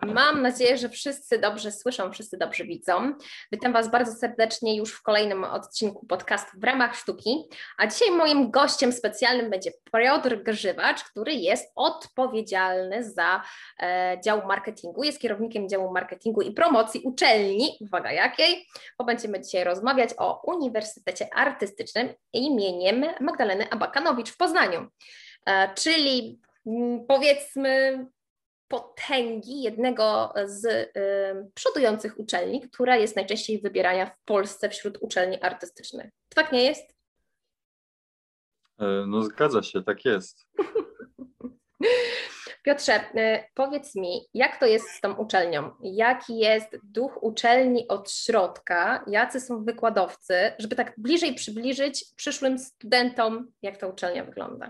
Mam nadzieję, że wszyscy dobrze słyszą, wszyscy dobrze widzą. Witam Was bardzo serdecznie już w kolejnym odcinku podcastu w ramach sztuki. A dzisiaj moim gościem specjalnym będzie Piotr Grzywacz, który jest odpowiedzialny za dział marketingu. Jest kierownikiem działu marketingu i promocji uczelni, uwaga jakiej, bo będziemy dzisiaj rozmawiać o Uniwersytecie Artystycznym imieniem Magdaleny Abakanowicz w Poznaniu. Czyli powiedzmy potęgi jednego z przodujących uczelni, która jest najczęściej wybierana w Polsce wśród uczelni artystycznych. Tak nie jest? No zgadza się, tak jest. Piotrze, powiedz mi, jak to jest z tą uczelnią? Jaki jest duch uczelni od środka? Jacy są wykładowcy? Żeby tak bliżej przybliżyć przyszłym studentom, jak ta uczelnia wygląda.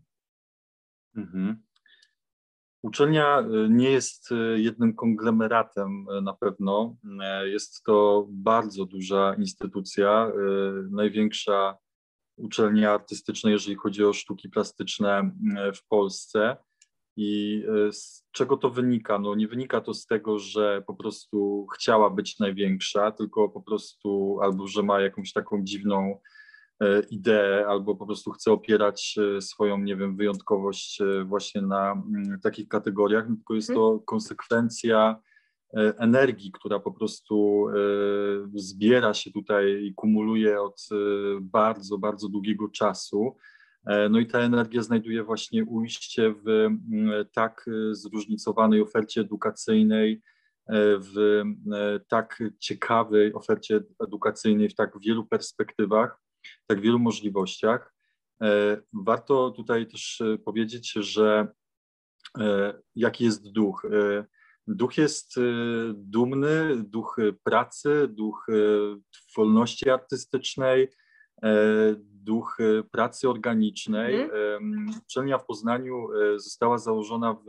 Uczelnia nie jest jednym konglomeratem na pewno. Jest to bardzo duża instytucja, największa uczelnia artystyczna, jeżeli chodzi o sztuki plastyczne w Polsce. I z czego to wynika? No nie wynika to z tego, że po prostu chciała być największa, tylko po prostu albo że ma jakąś taką dziwną ideę, albo po prostu chce opierać swoją, nie wiem, wyjątkowość właśnie na takich kategoriach, tylko jest to konsekwencja energii, która po prostu zbiera się tutaj i kumuluje od bardzo, bardzo długiego czasu. No i ta energia znajduje właśnie ujście w tak zróżnicowanej ofercie edukacyjnej, w tak ciekawej ofercie edukacyjnej, w tak wielu perspektywach, w tak wielu możliwościach. Warto tutaj też powiedzieć, że jaki jest duch. Duch jest dumny, duch pracy, duch wolności artystycznej, duch pracy organicznej. Uczelnia w Poznaniu została założona w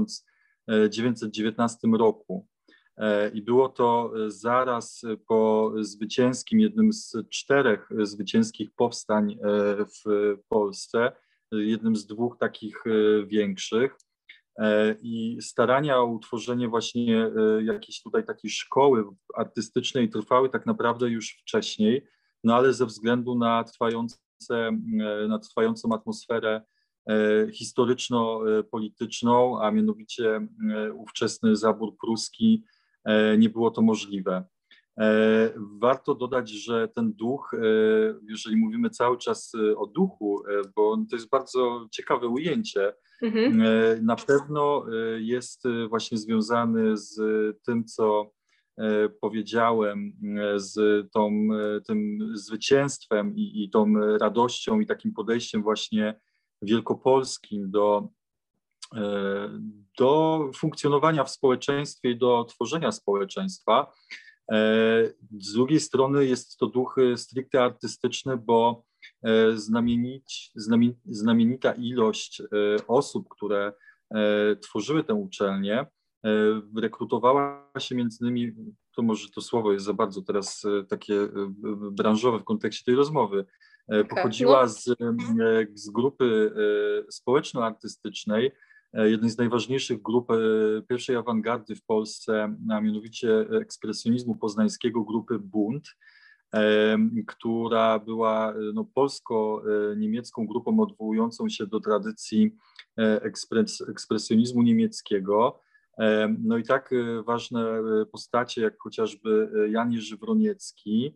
1919 roku i było to zaraz po jednym z 4 zwycięskich powstań w Polsce, jednym z 2 takich większych. I starania o utworzenie właśnie jakiejś tutaj takiej szkoły artystycznej trwały tak naprawdę już wcześniej, no ale ze względu na trwającą atmosferę historyczno-polityczną, a mianowicie ówczesny zabór pruski, nie było to możliwe. Warto dodać, że ten duch, jeżeli mówimy cały czas o duchu, bo to jest bardzo ciekawe ujęcie, na pewno jest właśnie związany z tym, co powiedziałem, z tym zwycięstwem i tą radością i takim podejściem właśnie wielkopolskim do funkcjonowania w społeczeństwie i do tworzenia społeczeństwa. Z drugiej strony jest to duch stricte artystyczny, bo znamienita ilość osób, które tworzyły tę uczelnię, rekrutowała się między innymi, to może to słowo jest za bardzo teraz takie branżowe w kontekście tej rozmowy, pochodziła z grupy społeczno-artystycznej, jednej z najważniejszych grup pierwszej awangardy w Polsce, a mianowicie ekspresjonizmu poznańskiego, grupy Bund, która była polsko-niemiecką grupą odwołującą się do tradycji ekspresjonizmu niemieckiego. No i tak ważne postacie jak chociażby Jan Jerzy Wroniecki,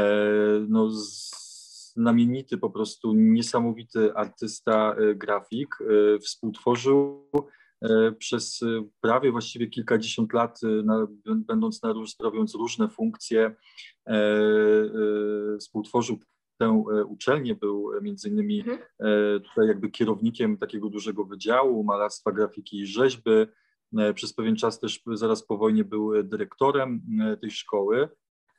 znamienity po prostu, niesamowity artysta, grafik, współtworzył przez prawie właściwie kilkadziesiąt lat, sprawując różne funkcje, współtworzył tę uczelnię, był między innymi tutaj jakby kierownikiem takiego dużego wydziału malarstwa, grafiki i rzeźby. Przez pewien czas też zaraz po wojnie był dyrektorem tej szkoły.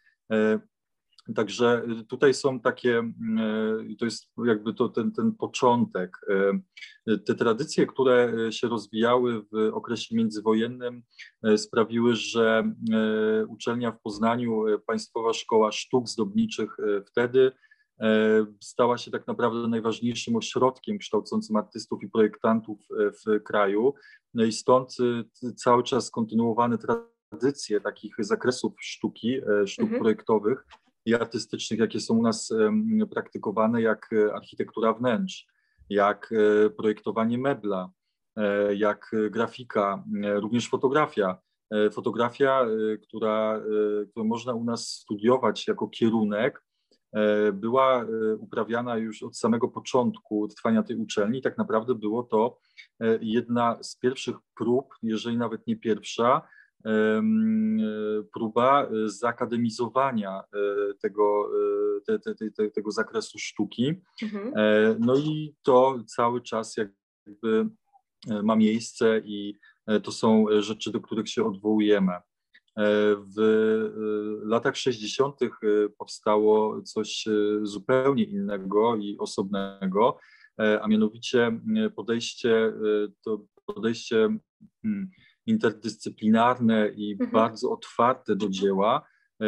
Także tutaj są takie, to jest jakby ten początek. Te tradycje, które się rozwijały w okresie międzywojennym, sprawiły, że uczelnia w Poznaniu, Państwowa Szkoła Sztuk Zdobniczych wtedy stała się tak naprawdę najważniejszym ośrodkiem kształcącym artystów i projektantów w kraju. No i stąd cały czas kontynuowane tradycje takich zakresów sztuki, sztuk projektowych i artystycznych, jakie są u nas praktykowane, jak architektura wnętrz, jak projektowanie mebla, jak grafika, również fotografia. Fotografia, którą można u nas studiować jako kierunek, była uprawiana już od samego początku trwania tej uczelni. Tak naprawdę było to jedna z pierwszych prób, jeżeli nawet nie pierwsza, próba zakademizowania tego zakresu sztuki. No i to cały czas jakby ma miejsce i to są rzeczy, do których się odwołujemy. W latach 60. powstało coś zupełnie innego i osobnego, a mianowicie podejście interdyscyplinarne i bardzo otwarte do dzieła,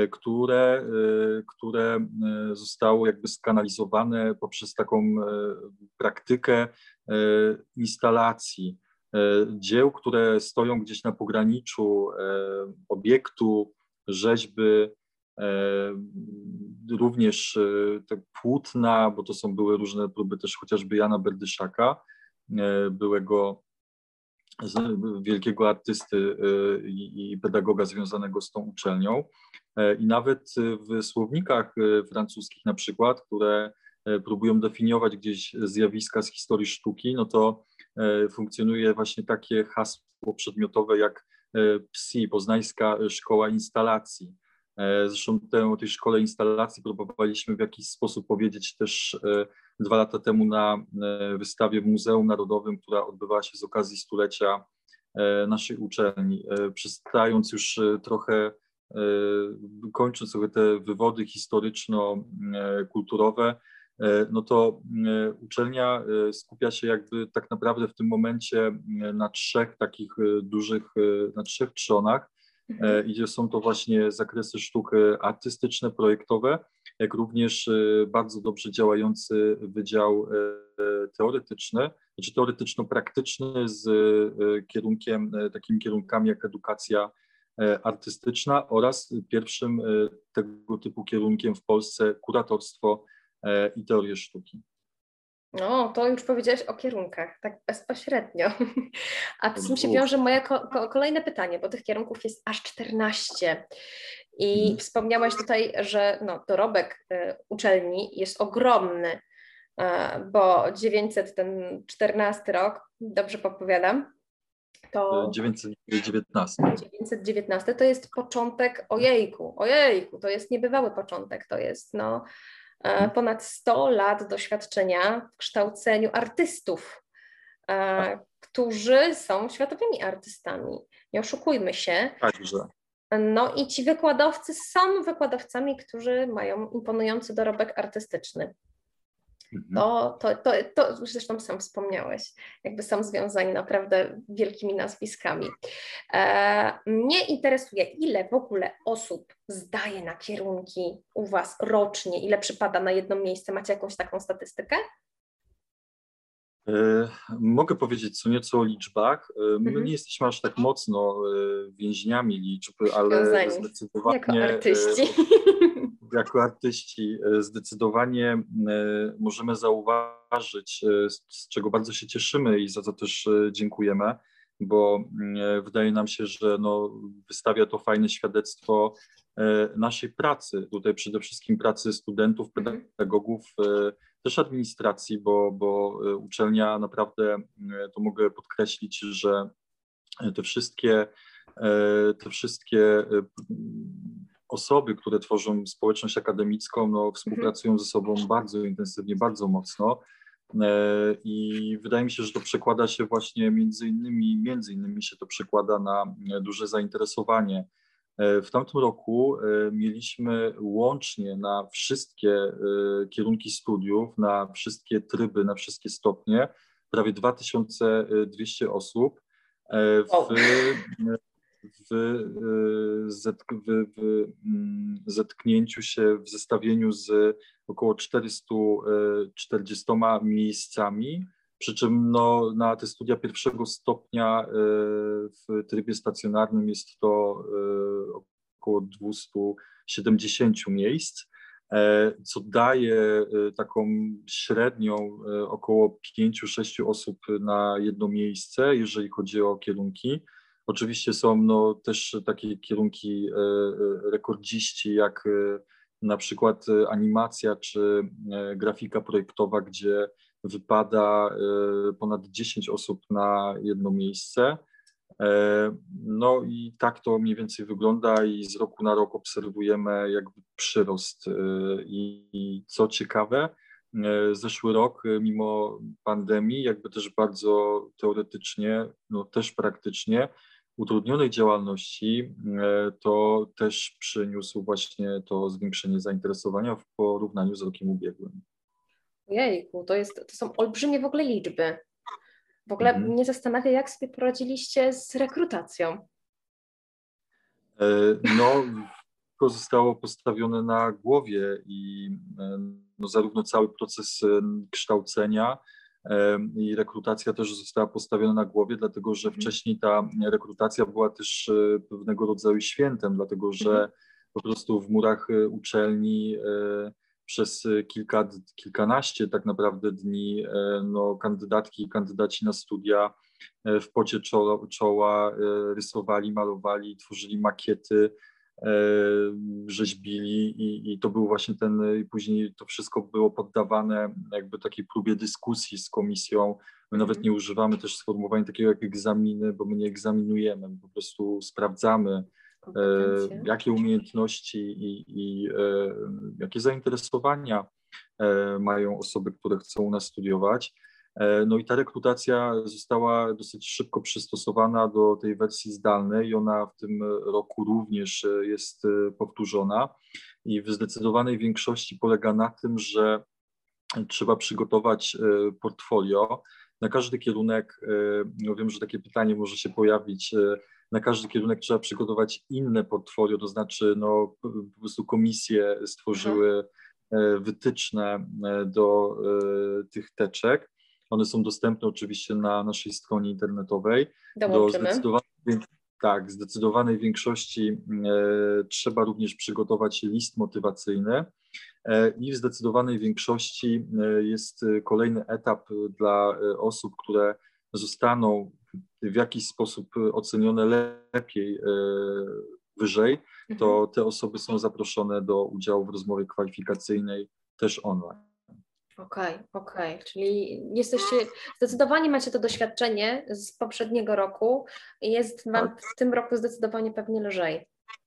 które zostało jakby skanalizowane poprzez taką praktykę instalacji dzieł, które stoją gdzieś na pograniczu obiektu, rzeźby, również te płótna, bo to były różne próby też chociażby Jana Berdyszaka, byłego wielkiego artysty i pedagoga związanego z tą uczelnią. I nawet w słownikach francuskich na przykład, które próbują definiować gdzieś zjawiska z historii sztuki, no to funkcjonuje właśnie takie hasło przedmiotowe jak PSI, Poznańska Szkoła Instalacji. Zresztą o tej szkole instalacji próbowaliśmy w jakiś sposób powiedzieć też 2 lata temu na wystawie w Muzeum Narodowym, która odbywała się z okazji stulecia naszej uczelni. Przestając już trochę, kończąc trochę te wywody historyczno-kulturowe, no to uczelnia skupia się jakby tak naprawdę w tym momencie na 3 takich dużych, na 3 trzonach, gdzie są to właśnie zakresy sztuk artystyczne, projektowe, jak również bardzo dobrze działający wydział teoretyczny, znaczy teoretyczno-praktyczny z takimi kierunkami jak edukacja artystyczna oraz pierwszym tego typu kierunkiem w Polsce kuratorstwo i teorię sztuki. No, to już powiedziałeś o kierunkach, tak bezpośrednio. A z tym się wiąże moje kolejne pytanie, bo tych kierunków jest aż 14. I wspomniałaś tutaj, że no, dorobek uczelni jest ogromny, bo 914 rok, dobrze podpowiadam, to 919 to jest początek, ojejku, to jest niebywały początek, to jest no ponad 100 lat doświadczenia w kształceniu artystów, którzy są światowymi artystami. Nie oszukujmy się. Także. No i ci wykładowcy są wykładowcami, którzy mają imponujący dorobek artystyczny. To zresztą sam wspomniałeś, jakby są związani naprawdę wielkimi nazwiskami. Mnie interesuje, ile w ogóle osób zdaje na kierunki u Was rocznie, ile przypada na jedno miejsce? Macie jakąś taką statystykę? Mogę powiedzieć co nieco o liczbach. My nie jesteśmy aż tak mocno więźniami liczb, ale zdecydowanie jako artyści. Jako artyści zdecydowanie możemy zauważyć, z czego bardzo się cieszymy i za co też dziękujemy, bo wydaje nam się, że no, wystawia to fajne świadectwo naszej pracy, tutaj przede wszystkim pracy studentów, pedagogów, też administracji, bo uczelnia naprawdę, to mogę podkreślić, że te wszystkie osoby, które tworzą społeczność akademicką, no, współpracują ze sobą bardzo intensywnie, bardzo mocno i wydaje mi się, że to przekłada się właśnie między innymi się to przekłada na duże zainteresowanie. W tamtym roku mieliśmy łącznie na wszystkie kierunki studiów, na wszystkie tryby, na wszystkie stopnie prawie 2200 osób. W zetknięciu się, w zestawieniu z około 440 miejscami, przy czym no, na te studia pierwszego stopnia w trybie stacjonarnym jest to około 270 miejsc, co daje taką średnią około 5-6 osób na jedno miejsce, jeżeli chodzi o kierunki. Oczywiście są no, też takie kierunki rekordziści, jak na przykład animacja czy grafika projektowa, gdzie wypada ponad 10 osób na jedno miejsce. No i tak to mniej więcej wygląda i z roku na rok obserwujemy jakby przyrost. I co ciekawe, zeszły rok mimo pandemii jakby też bardzo teoretycznie, no też praktycznie utrudnionej działalności, to też przyniósł właśnie to zwiększenie zainteresowania w porównaniu z rokiem ubiegłym. Jejku, to są olbrzymie w ogóle liczby. W ogóle mnie zastanawia, jak sobie poradziliście z rekrutacją. No, to zostało postawione na głowie i no, zarówno cały proces kształcenia i rekrutacja też została postawiona na głowie, dlatego że wcześniej ta rekrutacja była też pewnego rodzaju świętem, dlatego że po prostu w murach uczelni przez kilkanaście tak naprawdę dni no, kandydatki i kandydaci na studia w pocie czoła rysowali, malowali, tworzyli makiety, rzeźbili i to był właśnie i później to wszystko było poddawane jakby takiej próbie dyskusji z komisją. My nawet nie używamy też sformułowania takiego jak egzaminy, bo my nie egzaminujemy, po prostu sprawdzamy, jakie umiejętności i jakie zainteresowania mają osoby, które chcą u nas studiować. No i ta rekrutacja została dosyć szybko przystosowana do tej wersji zdalnej i ona w tym roku również jest powtórzona i w zdecydowanej większości polega na tym, że trzeba przygotować portfolio. Na każdy kierunek, no wiem, że takie pytanie może się pojawić, na każdy kierunek trzeba przygotować inne portfolio, to znaczy no, po prostu komisje stworzyły wytyczne do tych teczek. One są dostępne oczywiście na naszej stronie internetowej. Dołączymy. Zdecydowanej większości trzeba również przygotować list motywacyjny i w zdecydowanej większości jest kolejny etap dla osób, które zostaną w jakiś sposób ocenione lepiej, wyżej, to te osoby są zaproszone do udziału w rozmowie kwalifikacyjnej też online. Okej. Czyli zdecydowanie macie to doświadczenie z poprzedniego roku i jest Wam w tym roku zdecydowanie pewnie lżej.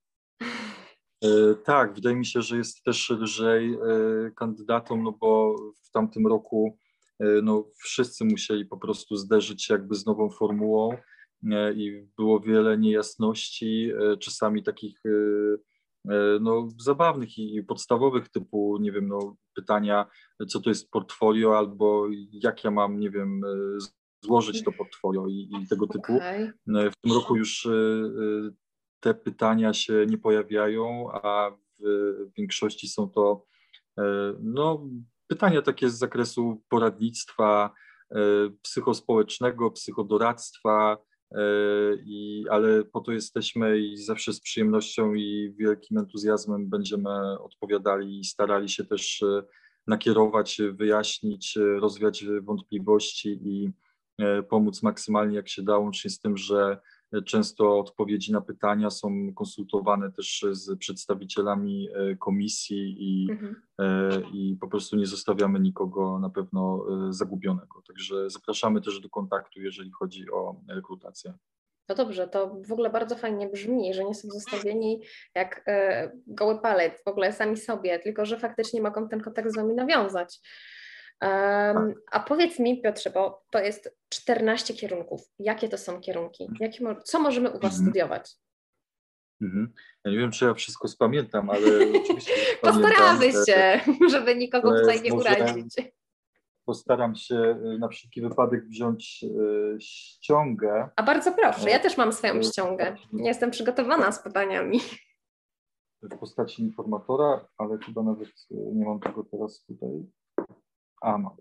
Tak, wydaje mi się, że jest też lżej kandydatom, no bo w tamtym roku no, wszyscy musieli po prostu zderzyć się jakby z nową formułą i było wiele niejasności, czasami takich no, zabawnych i podstawowych typu, nie wiem, no, pytania, co to jest portfolio albo jak ja mam, nie wiem, złożyć to portfolio i tego typu. W tym roku już te pytania się nie pojawiają, a w większości są to no, pytania takie z zakresu poradnictwa psychospołecznego, psychodoradztwa, ale po to jesteśmy i zawsze z przyjemnością i wielkim entuzjazmem będziemy odpowiadali i starali się też nakierować, wyjaśnić, rozwiać wątpliwości i pomóc maksymalnie jak się da, łącznie z tym, że często odpowiedzi na pytania są konsultowane też z przedstawicielami komisji i po prostu nie zostawiamy nikogo na pewno zagubionego. Także zapraszamy też do kontaktu, jeżeli chodzi o rekrutację. No dobrze, to w ogóle bardzo fajnie brzmi, że nie są zostawieni jak goły palec w ogóle sami sobie, tylko że faktycznie mogą ten kontakt z Wami nawiązać. A powiedz mi, Piotrze, bo to jest 14 kierunków. Jakie to są kierunki? Co możemy u Was studiować? Ja nie wiem, czy ja wszystko spamiętam, ale oczywiście postaramy się, żeby nikogo tutaj nie urazić. Postaram się na wszelki wypadek wziąć ściągę. A bardzo proszę, ja też mam swoją ściągę. Nie jestem przygotowana z pytaniami. w postaci informatora, ale chyba nawet nie mam tego teraz tutaj. Mam.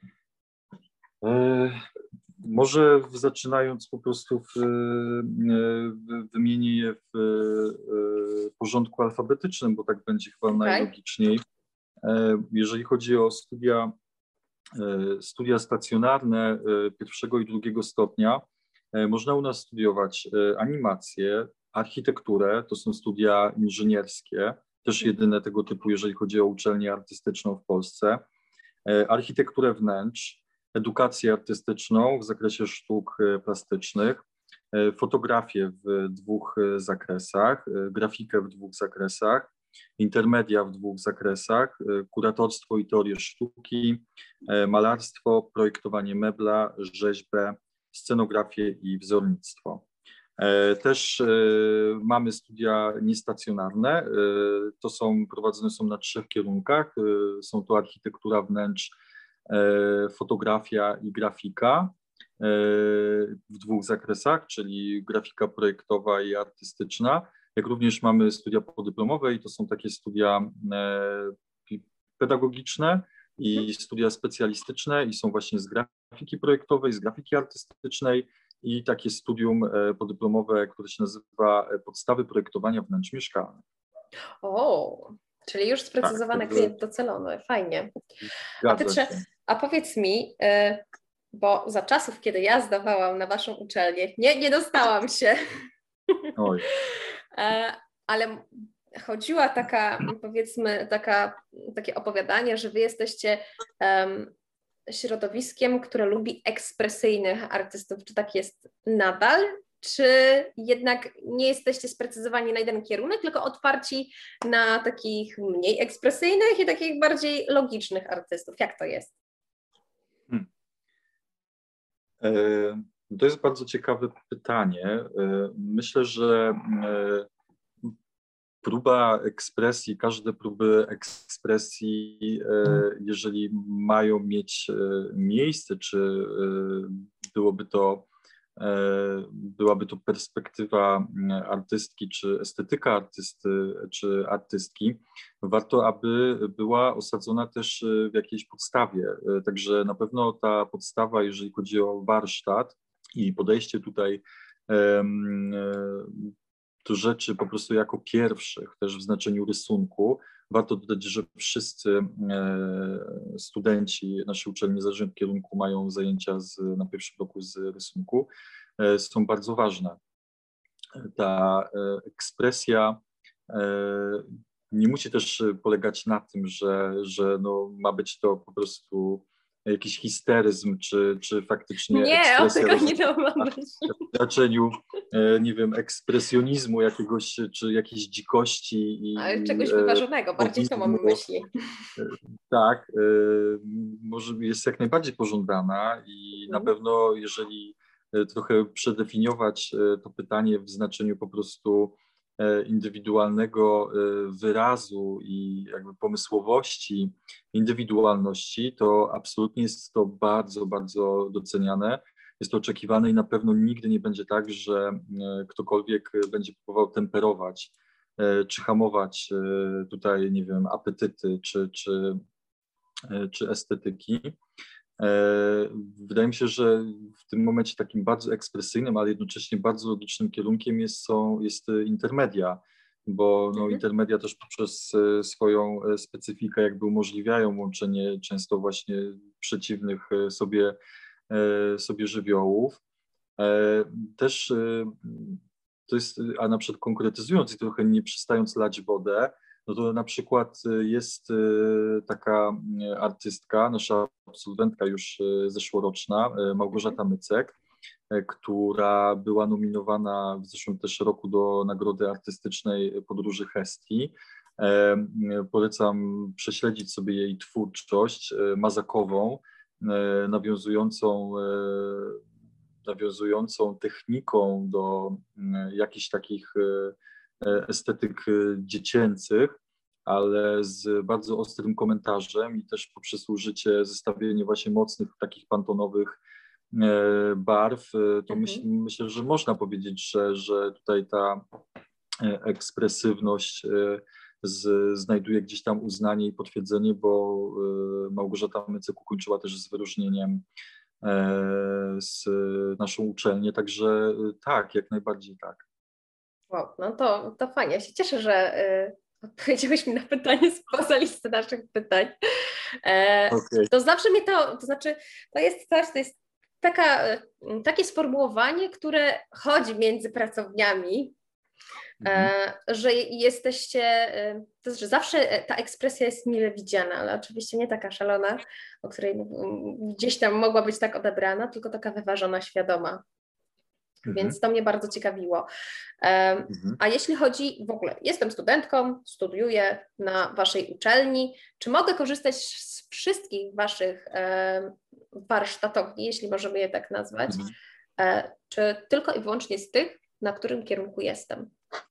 Może zaczynając po prostu wymienię je w porządku alfabetycznym, bo tak będzie chyba najlogiczniej. Jeżeli chodzi o studia stacjonarne pierwszego i drugiego stopnia, można u nas studiować animację, architekturę, to są studia inżynierskie, też jedyne tego typu, jeżeli chodzi o uczelnię artystyczną w Polsce, architekturę wnętrz, edukację artystyczną w zakresie sztuk plastycznych, fotografię w 2 zakresach, grafikę w 2 zakresach, intermedia w 2 zakresach, kuratorstwo i teorię sztuki, malarstwo, projektowanie mebla, rzeźbę, scenografię i wzornictwo. Też mamy studia niestacjonarne, prowadzone są na 3 kierunkach, są to architektura wnętrz, fotografia i grafika w 2 zakresach, czyli grafika projektowa i artystyczna, jak również mamy studia podyplomowe i to są takie studia pedagogiczne i studia specjalistyczne i są właśnie z grafiki projektowej, z grafiki artystycznej i takie studium podyplomowe, które się nazywa Podstawy projektowania wnętrz mieszkalnych. O, czyli już sprecyzowany tak, klient docelowy, fajnie. Zgadza się. A powiedz mi, bo za czasów, kiedy ja zdawałam na waszą uczelnię, nie dostałam się. Oj. Ale chodziła takie opowiadanie, że wy jesteście środowiskiem, które lubi ekspresyjnych artystów. Czy tak jest nadal? Czy jednak nie jesteście sprecyzowani na jeden kierunek, tylko otwarci na takich mniej ekspresyjnych i takich bardziej logicznych artystów? Jak to jest? To jest bardzo ciekawe pytanie. Myślę, że próba ekspresji, każde próby ekspresji, jeżeli mają mieć miejsce, czy byłaby to perspektywa artystki, czy estetyka artysty, czy artystki, warto, aby była osadzona też w jakiejś podstawie. Także na pewno ta podstawa, jeżeli chodzi o warsztat i podejście tutaj do rzeczy po prostu jako pierwszych, też w znaczeniu rysunku. Warto dodać, że wszyscy studenci naszej uczelni, niezależnie od kierunku, mają zajęcia na pierwszym roku z rysunku. Są bardzo ważne. Ta ekspresja nie musi też polegać na tym, że no, ma być to po prostu jakiś histeryzm, czy faktycznie nie, o tego nie domagam się. W znaczeniu, nie wiem, ekspresjonizmu jakiegoś, czy jakiejś dzikości. Ale czegoś wyważonego, bardziej to mam myśli. Tak, może jest jak najbardziej pożądana i na pewno, jeżeli trochę przedefiniować to pytanie w znaczeniu po prostu indywidualnego wyrazu i jakby pomysłowości, indywidualności, to absolutnie jest to bardzo, bardzo doceniane. Jest to oczekiwane i na pewno nigdy nie będzie tak, że ktokolwiek będzie próbował temperować czy hamować tutaj, nie wiem, apetyty czy estetyki. Wydaje mi się, że w tym momencie takim bardzo ekspresyjnym, ale jednocześnie bardzo logicznym kierunkiem jest intermedia, bo no, intermedia też poprzez swoją specyfikę jakby umożliwiają łączenie często właśnie przeciwnych sobie żywiołów. Też to jest, a na przykład konkretyzując i trochę nie przestając lać wodę, no to na przykład jest taka artystka, nasza absolwentka już zeszłoroczna, Małgorzata Mycek, która była nominowana w zeszłym też roku do Nagrody Artystycznej Podróży Hestii. Polecam prześledzić sobie jej twórczość mazakową, nawiązującą techniką do jakichś takich estetyk dziecięcych, ale z bardzo ostrym komentarzem i też poprzez użycie, zestawienie właśnie mocnych, takich pantonowych barw, to myślę, że można powiedzieć, że tutaj ta ekspresywność znajduje gdzieś tam uznanie i potwierdzenie, bo Małgorzata Mycyk ukończyła też z wyróżnieniem z naszą uczelnię, także tak, jak najbardziej tak. Wow, no to fajnie. Ja się cieszę, że odpowiedziałeś mi na pytanie spoza listy naszych pytań. Okay. To zawsze mnie to znaczy, to jest coś, to jest takie sformułowanie, które chodzi między pracowniami, że jesteście, to znaczy zawsze ta ekspresja jest mile widziana, ale oczywiście nie taka szalona, o której gdzieś tam mogła być tak odebrana, tylko taka wyważona, świadoma. Więc to mnie bardzo ciekawiło. A jeśli chodzi w ogóle, jestem studentką, studiuję na waszej uczelni, czy mogę korzystać z wszystkich waszych warsztatowni, jeśli możemy je tak nazwać, czy tylko i wyłącznie z tych, na którym kierunku jestem?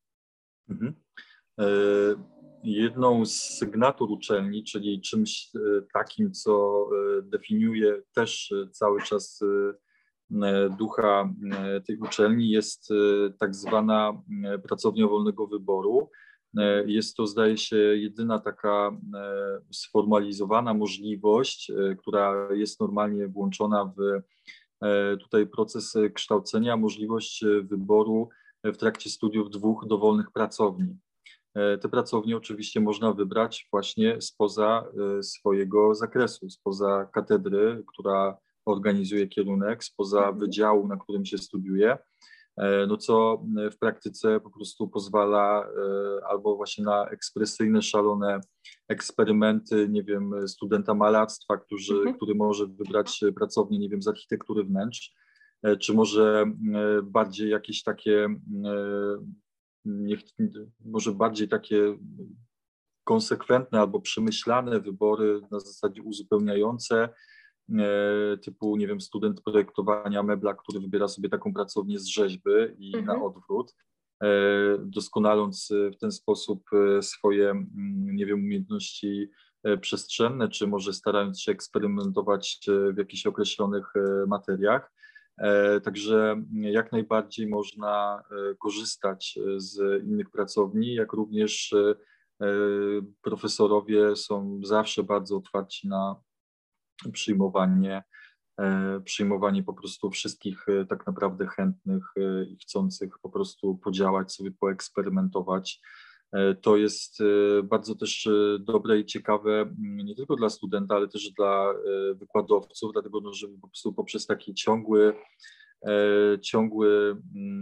Jedną z sygnatur uczelni, czyli czymś takim, co definiuje też cały czas ducha tej uczelni, jest tak zwana pracownia wolnego wyboru. Jest to, zdaje się, jedyna taka sformalizowana możliwość, która jest normalnie włączona w tutaj proces kształcenia, możliwość wyboru w trakcie studiów 2 dowolnych pracowni. Te pracownie oczywiście można wybrać właśnie spoza swojego zakresu, spoza katedry, która organizuje kierunek, spoza wydziału, na którym się studiuje, no co w praktyce po prostu pozwala albo właśnie na ekspresyjne, szalone eksperymenty, nie wiem, studenta malarstwa, który może wybrać pracownię, nie wiem, z architektury wnętrz, czy może bardziej jakieś takie może bardziej takie konsekwentne albo przemyślane wybory na zasadzie uzupełniające, typu, nie wiem, student projektowania mebla, który wybiera sobie taką pracownię z rzeźby i na odwrót, doskonaląc w ten sposób swoje, nie wiem, umiejętności przestrzenne, czy może starając się eksperymentować w jakichś określonych materiach. Także jak najbardziej można korzystać z innych pracowni, jak również profesorowie są zawsze bardzo otwarci na przyjmowanie po prostu wszystkich tak naprawdę chętnych i chcących po prostu podziałać sobie, poeksperymentować. To jest bardzo też dobre i ciekawe nie tylko dla studenta, ale też dla wykładowców, dlatego że po prostu poprzez taki ciągły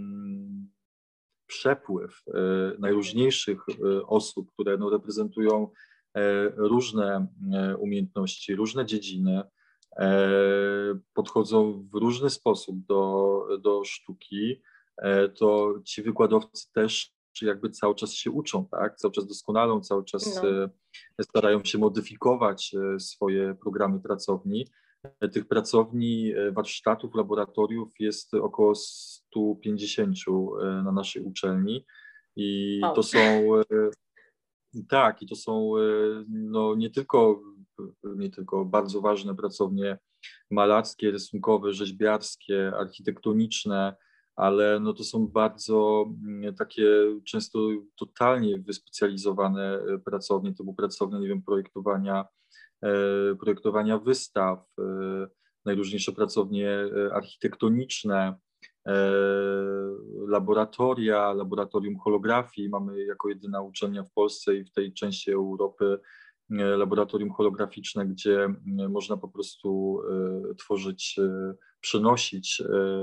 przepływ najróżniejszych osób, które no, reprezentują różne umiejętności, różne dziedziny, podchodzą w różny sposób do sztuki, to ci wykładowcy też jakby cały czas się uczą, tak? Cały czas doskonalą, cały czas starają się modyfikować swoje programy pracowni. Tych pracowni, warsztatów, laboratoriów jest około 150 na naszej uczelni i to są tak, i to są no, nie tylko bardzo ważne pracownie malarskie, rysunkowe, rzeźbiarskie, architektoniczne, ale no, to są bardzo takie często totalnie wyspecjalizowane pracownie, to były pracownie, nie wiem, projektowania wystaw, najróżniejsze pracownie architektoniczne, laboratorium holografii. Mamy jako jedyna uczelnia w Polsce i w tej części Europy laboratorium holograficzne, gdzie można po prostu tworzyć, przenosić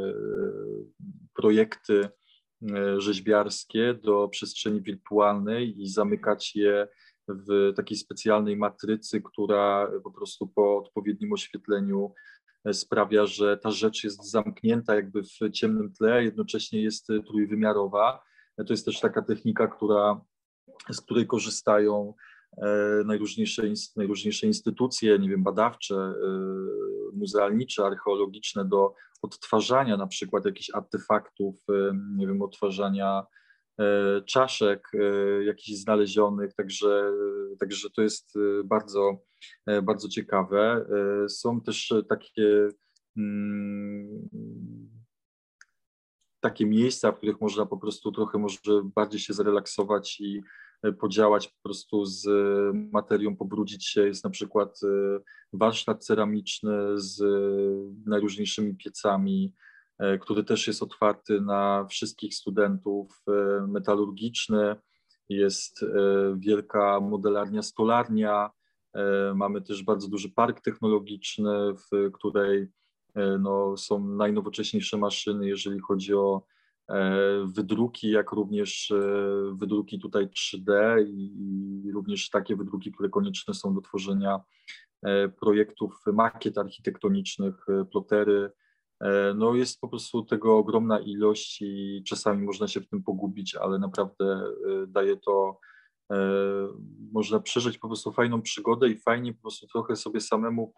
projekty rzeźbiarskie do przestrzeni wirtualnej i zamykać je w takiej specjalnej matrycy, która po prostu po odpowiednim oświetleniu sprawia, że ta rzecz jest zamknięta jakby w ciemnym tle, jednocześnie jest trójwymiarowa. To jest też taka technika, z której korzystają najróżniejsze instytucje, nie wiem, badawcze, muzealnicze, archeologiczne do odtwarzania na przykład jakichś artefaktów, nie wiem, odtwarzania czaszek jakichś znalezionych, także to jest bardzo, bardzo ciekawe. Są też takie takie miejsca, w których można po prostu trochę może bardziej się zrelaksować i podziałać po prostu z materią, pobrudzić się. Jest na przykład warsztat ceramiczny z najróżniejszymi piecami, który też jest otwarty na wszystkich studentów, metalurgiczny. Jest wielka modelarnia, stolarnia. Mamy też bardzo duży park technologiczny, w której no, są najnowocześniejsze maszyny, jeżeli chodzi o wydruki, jak również wydruki tutaj 3D i również takie wydruki, które konieczne są do tworzenia projektów, makiet architektonicznych, plotery. No jest po prostu tego ogromna ilość i czasami można się w tym pogubić, ale naprawdę daje to, można przeżyć po prostu fajną przygodę i fajnie po prostu trochę sobie samemu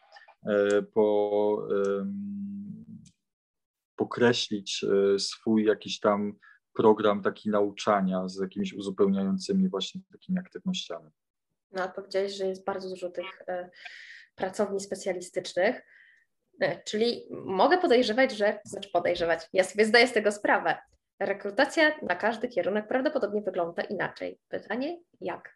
pokreślić swój jakiś tam program taki nauczania z jakimiś uzupełniającymi właśnie takimi aktywnościami. No, powiedziałeś, że jest bardzo dużo tych pracowni specjalistycznych, czyli mogę podejrzewać, ja sobie zdaję z tego sprawę. Rekrutacja na każdy kierunek prawdopodobnie wygląda inaczej. Pytanie, jak?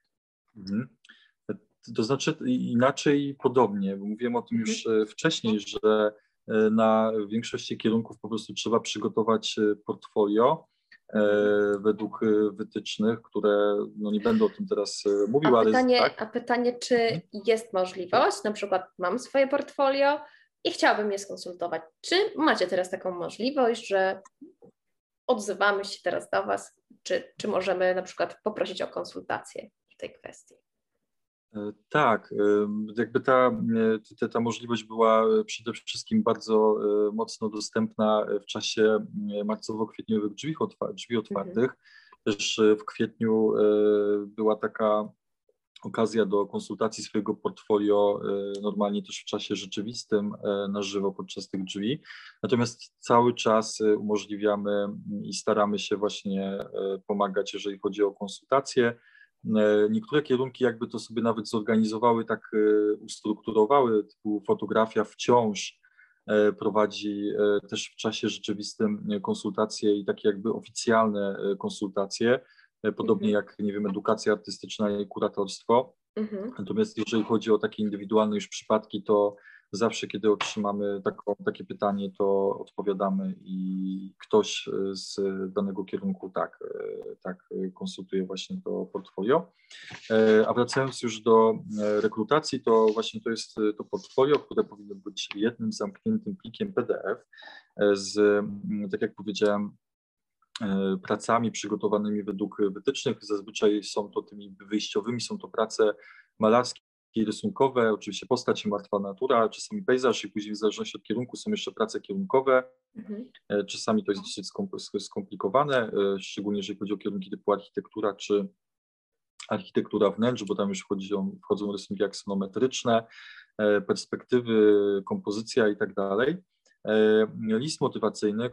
To znaczy inaczej i podobnie, bo mówiłem o tym już wcześniej, że na większości kierunków po prostu trzeba przygotować portfolio według wytycznych, które, no nie będę o tym teraz mówił, ale tak. A pytanie, czy jest możliwość, na przykład mam swoje portfolio i chciałabym je skonsultować. Czy macie teraz taką możliwość, że odzywamy się teraz do Was, czy możemy na przykład poprosić o konsultację w tej kwestii? Tak, jakby ta możliwość była przede wszystkim bardzo mocno dostępna w czasie marcowo-kwietniowych drzwi otwartych. Też w kwietniu była taka okazja do konsultacji swojego portfolio normalnie też w czasie rzeczywistym na żywo podczas tych drzwi. Natomiast cały czas umożliwiamy i staramy się właśnie pomagać, jeżeli chodzi o konsultacje. Niektóre kierunki jakby to sobie nawet zorganizowały, tak ustrukturowały, typu fotografia wciąż prowadzi też w czasie rzeczywistym konsultacje i takie jakby oficjalne konsultacje, podobnie jak, nie wiem, edukacja artystyczna i kuratorstwo. Natomiast jeżeli chodzi o takie indywidualne już przypadki, to zawsze, kiedy otrzymamy takie pytanie, to odpowiadamy i ktoś z danego kierunku tak konsultuje właśnie to portfolio. A wracając już do rekrutacji, to właśnie to jest to portfolio, które powinno być jednym zamkniętym plikiem PDF z, tak jak powiedziałem, pracami przygotowanymi według wytycznych. Zazwyczaj są to tymi wyjściowymi, są to prace malarskie i rysunkowe, oczywiście postać i martwa natura, czasami pejzaż i później w zależności od kierunku są jeszcze prace kierunkowe. Czasami to jest dosyć skomplikowane, szczególnie jeżeli chodzi o kierunki typu architektura czy architektura wnętrz, bo tam już wchodzą rysunki aksonometryczne, perspektywy, kompozycja i tak dalej. List motywacyjny,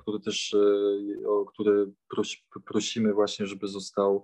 który prosimy właśnie, żeby został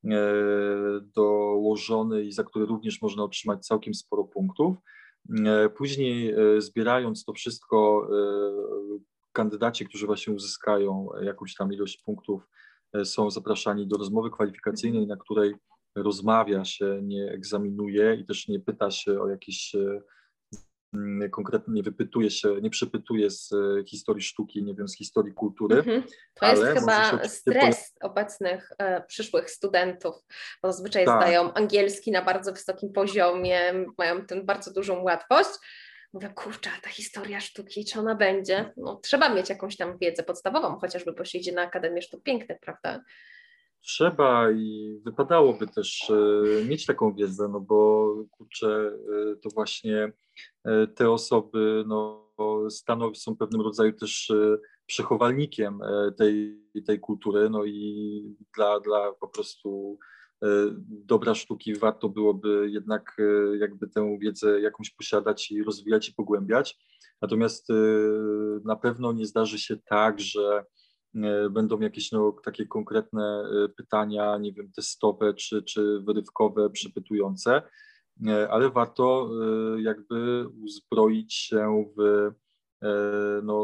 dołożony i za który również można otrzymać całkiem sporo punktów. Później zbierając to wszystko, kandydaci, którzy właśnie uzyskają jakąś tam ilość punktów, są zapraszani do rozmowy kwalifikacyjnej, na której rozmawia się, nie egzaminuje i też nie pyta się o jakieś konkretnie, nie przepytuje z historii sztuki, nie wiem, z historii kultury. To jest chyba stres obecnych przyszłych studentów, bo zazwyczaj zdają angielski na bardzo wysokim poziomie, mają tę bardzo dużą łatwość. Mówię, kurczę, ta historia sztuki, czy ona będzie? No, trzeba mieć jakąś tam wiedzę podstawową, chociażby, bo się idzie na Akademię Sztuk Pięknych, prawda? Trzeba i wypadałoby też mieć taką wiedzę, no bo kurczę, to właśnie te osoby są pewnym rodzaju też przechowalnikiem tej kultury, no i dla po prostu dobra sztuki warto byłoby jednak jakby tę wiedzę jakąś posiadać i rozwijać i pogłębiać. Natomiast na pewno nie zdarzy się tak, że będą jakieś takie konkretne pytania, nie wiem, testowe czy wyrywkowe, przepytujące, ale warto jakby uzbroić się w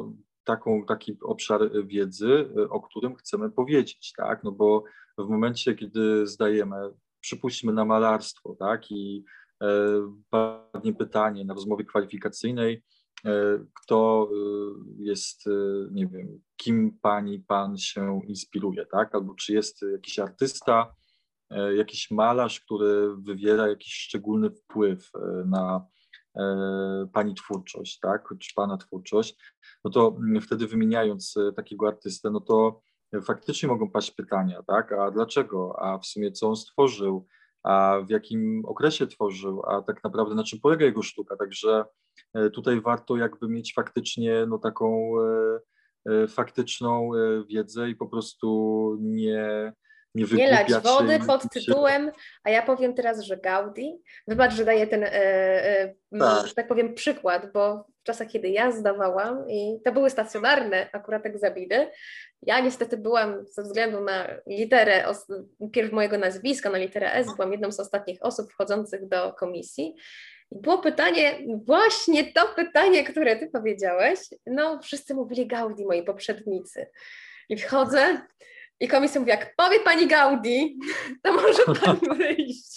taki obszar wiedzy, o którym chcemy powiedzieć, tak? No bo w momencie, kiedy zdajemy, przypuśćmy na malarstwo, tak? I padnie pytanie na rozmowie kwalifikacyjnej, kto jest, nie wiem, kim pani, pan się inspiruje, tak? Albo czy jest jakiś artysta, jakiś malarz, który wywiera jakiś szczególny wpływ na pani twórczość, tak, czy pana twórczość, no to wtedy wymieniając takiego artystę, no to faktycznie mogą paść pytania, tak, a dlaczego, a w sumie co on stworzył, a w jakim okresie tworzył, a tak naprawdę na czym polega jego sztuka, także tutaj warto jakby mieć faktycznie no taką faktyczną wiedzę i po prostu nie Nie lać wygłupiać się. wody pod tytułem, a ja powiem teraz, że Gaudí. Wybacz, że daję ten, Tak. że tak powiem, przykład, bo w czasach, kiedy ja zdawałam i to były stacjonarne akurat egzaminy, ja niestety byłam ze względu na literę pierw mojego nazwiska, na literę S, byłam jedną z ostatnich osób wchodzących do komisji. I było pytanie, właśnie to pytanie, które ty powiedziałeś, no wszyscy mówili Gaudí, moi poprzednicy. I wchodzę i komisja mówi, jak powie pani Gaudí, to może pani wyjść.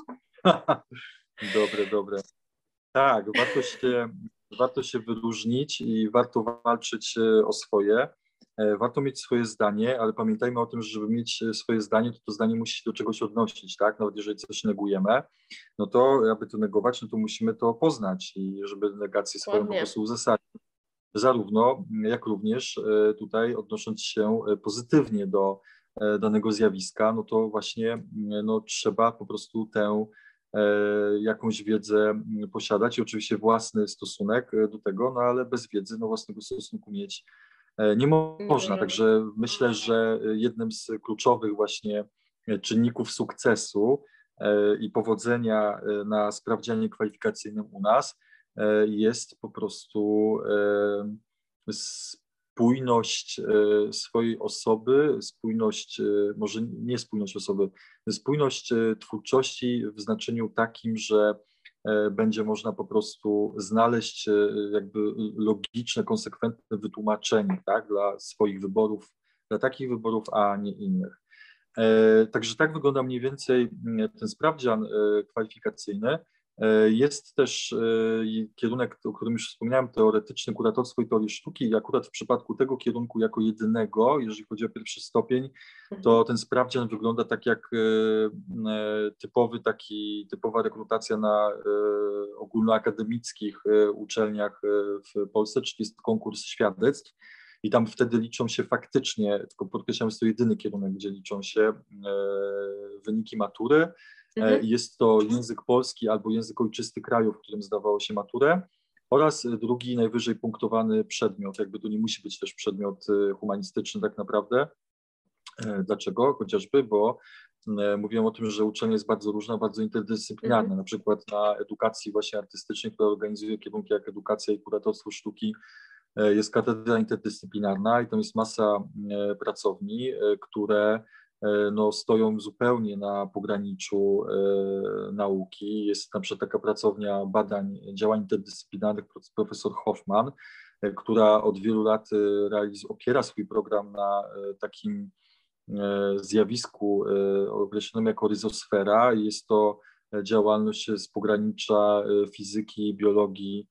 Dobre. Tak, warto się wyróżnić i warto walczyć o swoje. Warto mieć swoje zdanie, ale pamiętajmy o tym, że żeby mieć swoje zdanie, to zdanie musi się do czegoś odnosić, tak? Nawet jeżeli coś negujemy, no to aby to negować, no to musimy to poznać i żeby negację swoją po prostu uzasadnić. Zarówno, jak również tutaj odnosząc się pozytywnie do danego zjawiska, no to właśnie no, trzeba po prostu tę jakąś wiedzę posiadać i oczywiście własny stosunek do tego, no ale bez wiedzy no, własnego stosunku mieć nie można. Także myślę, że jednym z kluczowych właśnie czynników sukcesu i powodzenia na sprawdzianie kwalifikacyjnym u nas jest po prostu spójność swojej osoby, spójność, może nie spójność osoby, spójność twórczości w znaczeniu takim, że będzie można po prostu znaleźć jakby logiczne, konsekwentne wytłumaczenie, tak, dla swoich wyborów, dla takich wyborów, a nie innych. Także tak wygląda mniej więcej ten sprawdzian kwalifikacyjny. Jest też kierunek, o którym już wspomniałem, teoretyczny, kuratorstwo i teorie sztuki i akurat w przypadku tego kierunku jako jedynego, jeżeli chodzi o pierwszy stopień, to ten sprawdzian wygląda tak jak typowa rekrutacja na ogólnoakademickich uczelniach w Polsce, czyli jest konkurs świadectw. I tam wtedy liczą się faktycznie, tylko podkreślam, jest to jedyny kierunek, gdzie liczą się wyniki matury. Jest to język polski albo język ojczysty kraju, w którym zdawało się maturę, oraz drugi najwyżej punktowany przedmiot. Jakby to nie musi być też przedmiot humanistyczny tak naprawdę. Dlaczego? Chociażby, bo mówiłem o tym, że uczelnia jest bardzo różna, bardzo interdyscyplinarna. Na przykład na edukacji właśnie artystycznej, która organizuje kierunki jak edukacja i kuratorstwo sztuki, jest katedra interdyscyplinarna i tam jest masa pracowni, które no, stoją zupełnie na pograniczu nauki. Jest na przykład taka pracownia badań działań interdyscyplinarnych profesor Hoffman, która od wielu lat opiera swój program na takim zjawisku określonym jako ryzosfera. Jest to działalność z pogranicza fizyki, biologii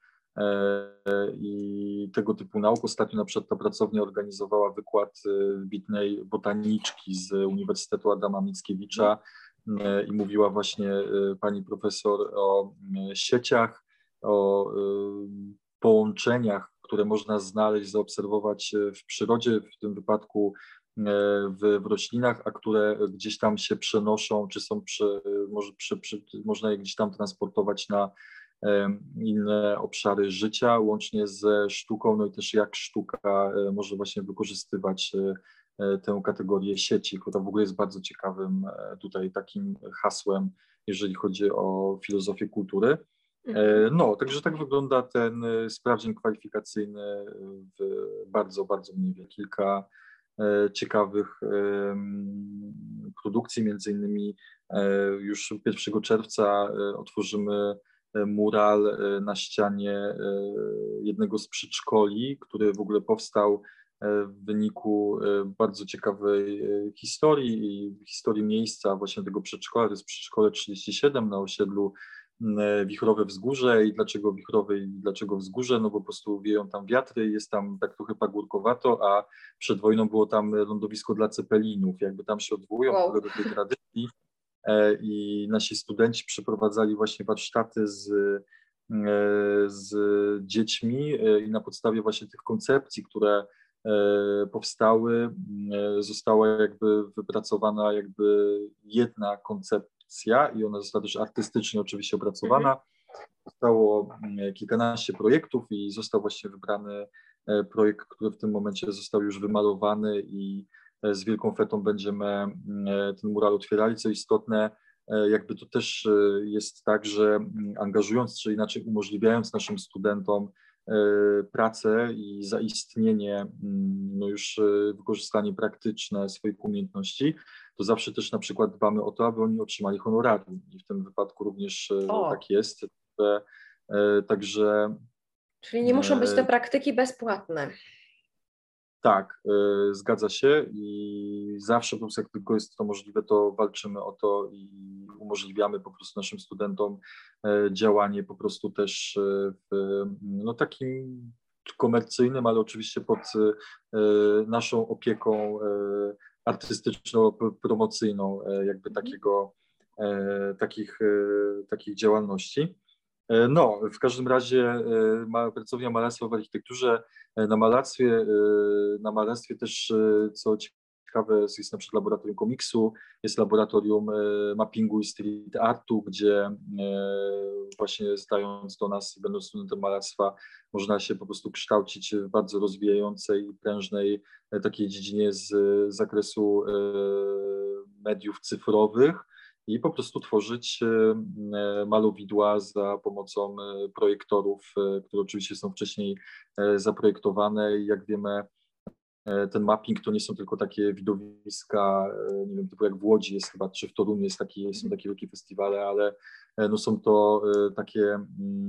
i tego typu nauk. Ostatnio na przykład ta pracownia organizowała wykład wybitnej botaniczki z Uniwersytetu Adama Mickiewicza i mówiła właśnie pani profesor o sieciach, o połączeniach, które można znaleźć, zaobserwować w przyrodzie, w tym wypadku w roślinach, a które gdzieś tam się przenoszą, czy są można je gdzieś tam transportować na inne obszary życia, łącznie ze sztuką, no i też jak sztuka może właśnie wykorzystywać tę kategorię sieci, która w ogóle jest bardzo ciekawym tutaj takim hasłem, jeżeli chodzi o filozofię kultury. No, także tak wygląda ten sprawdzian kwalifikacyjny w bardzo, bardzo mniej więcej kilka ciekawych produkcji, między innymi już 1 czerwca otworzymy mural na ścianie jednego z przedszkoli, który w ogóle powstał w wyniku bardzo ciekawej historii miejsca właśnie tego przedszkola. To jest przedszkole 37 na osiedlu Wichrowe Wzgórze. I dlaczego Wichrowe i dlaczego Wzgórze? No bo po prostu wieją tam wiatry, jest tam tak trochę pagórkowato, a przed wojną było tam lądowisko dla cepelinów. Jakby tam się odwołują w ogóle do tej tradycji i nasi studenci przeprowadzali właśnie warsztaty z dziećmi i na podstawie właśnie tych koncepcji, które powstały, została jakby wypracowana jakby jedna koncepcja i ona została też artystycznie oczywiście opracowana. Zostało kilkanaście projektów i został właśnie wybrany projekt, który w tym momencie został już wymalowany i z wielką fetą będziemy ten mural otwierali. Co istotne, jakby to też jest tak, że angażując, czy inaczej umożliwiając naszym studentom pracę i zaistnienie, no już wykorzystanie praktyczne swoich umiejętności, to zawsze też na przykład dbamy o to, aby oni otrzymali honorarium i w tym wypadku również tak jest. Także... Czyli nie muszą być te praktyki bezpłatne. Tak, zgadza się i zawsze po prostu jak tylko jest to możliwe, to walczymy o to i umożliwiamy po prostu naszym studentom działanie po prostu też w no, takim komercyjnym, ale oczywiście pod naszą opieką artystyczno-promocyjną jakby takich działalności. No, w każdym razie pracownia malarstwa w architekturze, na malarstwie też, co ciekawe, jest na przykład laboratorium komiksu, jest laboratorium mappingu i street artu, gdzie właśnie zdając do nas i będąc studentem malarstwa, można się po prostu kształcić w bardzo rozwijającej, prężnej takiej dziedzinie z zakresu mediów cyfrowych i po prostu tworzyć malowidła za pomocą projektorów, które oczywiście są wcześniej zaprojektowane i jak wiemy, ten mapping to nie są tylko takie widowiska, nie wiem, typu jak w Łodzi jest chyba, czy w Toruniu są takie wielkie festiwale, ale no są to takie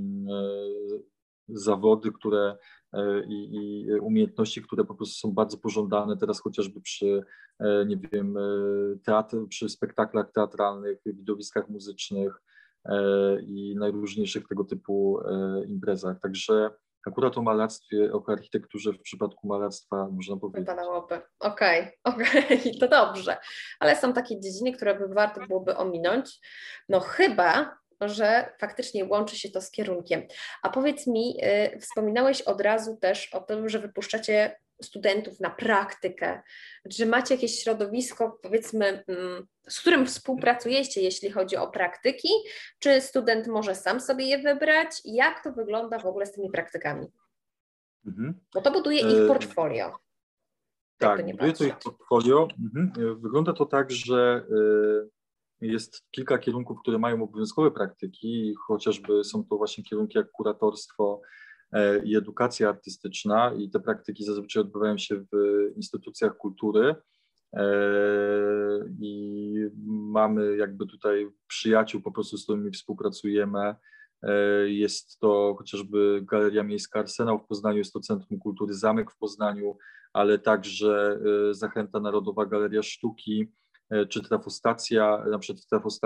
zawody, i umiejętności, które po prostu są bardzo pożądane teraz chociażby przy, nie wiem, przy spektaklach teatralnych, widowiskach muzycznych i najróżniejszych tego typu imprezach. Także akurat o malarstwie, o architekturze w przypadku malarstwa można powiedzieć. Wypadałoby. Okej, to dobrze. Ale są takie dziedziny, które by warto byłoby ominąć. No chyba, że faktycznie łączy się to z kierunkiem. A powiedz mi, wspominałeś od razu też o tym, że wypuszczacie studentów na praktykę. Czy macie jakieś środowisko, powiedzmy, z którym współpracujecie, jeśli chodzi o praktyki? Czy student może sam sobie je wybrać? Jak to wygląda w ogóle z tymi praktykami? Bo to buduje ich portfolio. Tak, buduje to ich portfolio. Wygląda to tak, że jest kilka kierunków, które mają obowiązkowe praktyki, chociażby są to właśnie kierunki jak kuratorstwo i edukacja artystyczna i te praktyki zazwyczaj odbywają się w instytucjach kultury i mamy jakby tutaj przyjaciół po prostu, z którymi współpracujemy. Jest to chociażby Galeria Miejska Arsenał w Poznaniu, jest to Centrum Kultury Zamek w Poznaniu, ale także Zachęta Narodowa Galeria Sztuki, czy trafostacja, na przykład w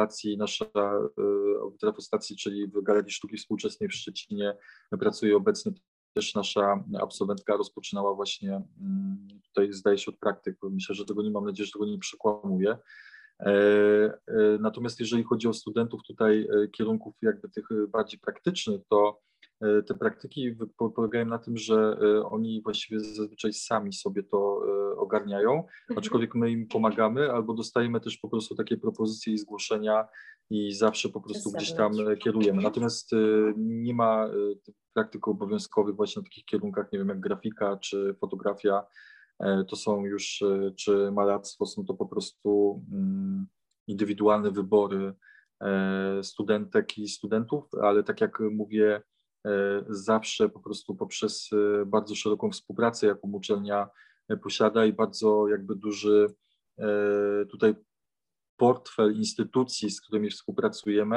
trafostacji, czyli w Galerii Sztuki Współczesnej w Szczecinie pracuje obecnie też nasza absolwentka, rozpoczynała właśnie tutaj, zdaje się, od praktyk. Myślę, że mam nadzieję, że tego nie przekłamuję. Natomiast jeżeli chodzi o studentów tutaj kierunków jakby tych bardziej praktycznych, to te praktyki polegają na tym, że oni właściwie zazwyczaj sami sobie to ogarniają, aczkolwiek my im pomagamy albo dostajemy też po prostu takie propozycje i zgłoszenia i zawsze po prostu gdzieś tam kierujemy. Natomiast nie ma praktyk obowiązkowych właśnie na takich kierunkach, nie wiem, jak grafika czy fotografia. To są już, czy malarstwo, są to po prostu indywidualne wybory studentek i studentów, ale tak jak mówię, zawsze po prostu poprzez bardzo szeroką współpracę, jaką uczelnia posiada i bardzo jakby duży tutaj portfel instytucji, z którymi współpracujemy,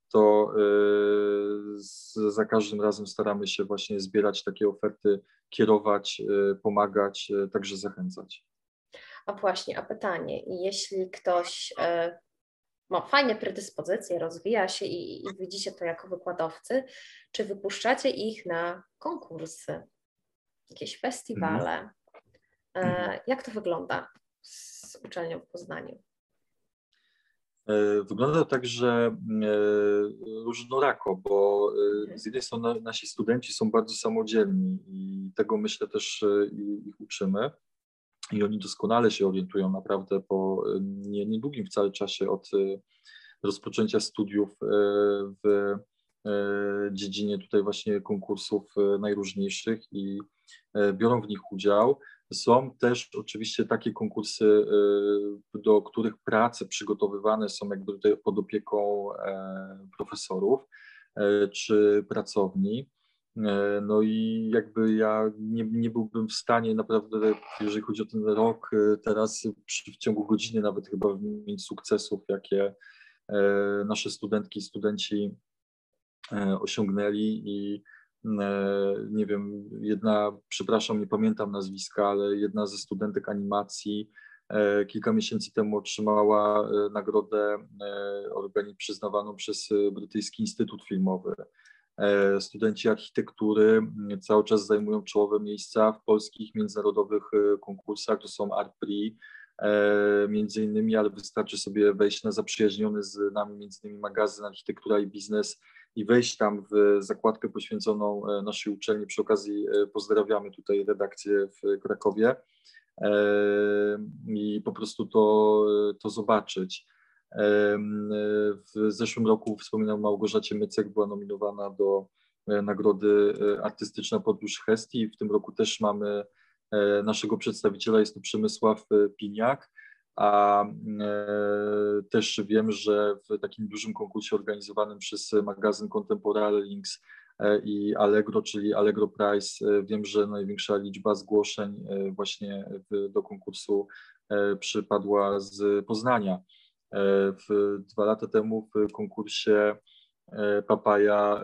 to za każdym razem staramy się właśnie zbierać takie oferty, kierować, pomagać, także zachęcać. A właśnie, a pytanie, jeśli ktoś ma fajne predyspozycje, rozwija się i widzicie to jako wykładowcy, czy wypuszczacie ich na konkursy, jakieś festiwale? Jak to wygląda z uczelnią w Poznaniu? Wygląda to tak, że różnorako, bo z jednej strony nasi studenci są bardzo samodzielni i tego myślę też ich uczymy. I oni doskonale się orientują naprawdę po niedługim wcale czasie od rozpoczęcia studiów w dziedzinie tutaj właśnie konkursów najróżniejszych i biorą w nich udział. Są też oczywiście takie konkursy, do których prace przygotowywane są jakby tutaj pod opieką profesorów czy pracowni. No i jakby ja nie byłbym w stanie naprawdę, jeżeli chodzi o ten rok, teraz w ciągu godziny nawet chyba wymienić sukcesów, jakie nasze studentki i studenci osiągnęli i nie wiem, przepraszam, nie pamiętam nazwiska, ale jedna ze studentek animacji kilka miesięcy temu otrzymała nagrodę przyznawaną przez Brytyjski Instytut Filmowy. Studenci architektury cały czas zajmują czołowe miejsca w polskich międzynarodowych konkursach, to są Art Prix między innymi, ale wystarczy sobie wejść na zaprzyjaźniony z nami między innymi magazyn Architektura i Biznes i wejść tam w zakładkę poświęconą naszej uczelni. Przy okazji pozdrawiamy tutaj redakcję w Krakowie i po prostu to zobaczyć. W zeszłym roku, wspominam, Małgorzacie Mycek była nominowana do nagrody Artystyczna Podróż Hestii. W tym roku też mamy naszego przedstawiciela, jest to Przemysław Piniak, a też wiem, że w takim dużym konkursie organizowanym przez magazyn Contemporary Links i Allegro, czyli Allegro Prize, wiem, że największa liczba zgłoszeń właśnie do konkursu przypadła z Poznania. 2 lata temu w konkursie Papaya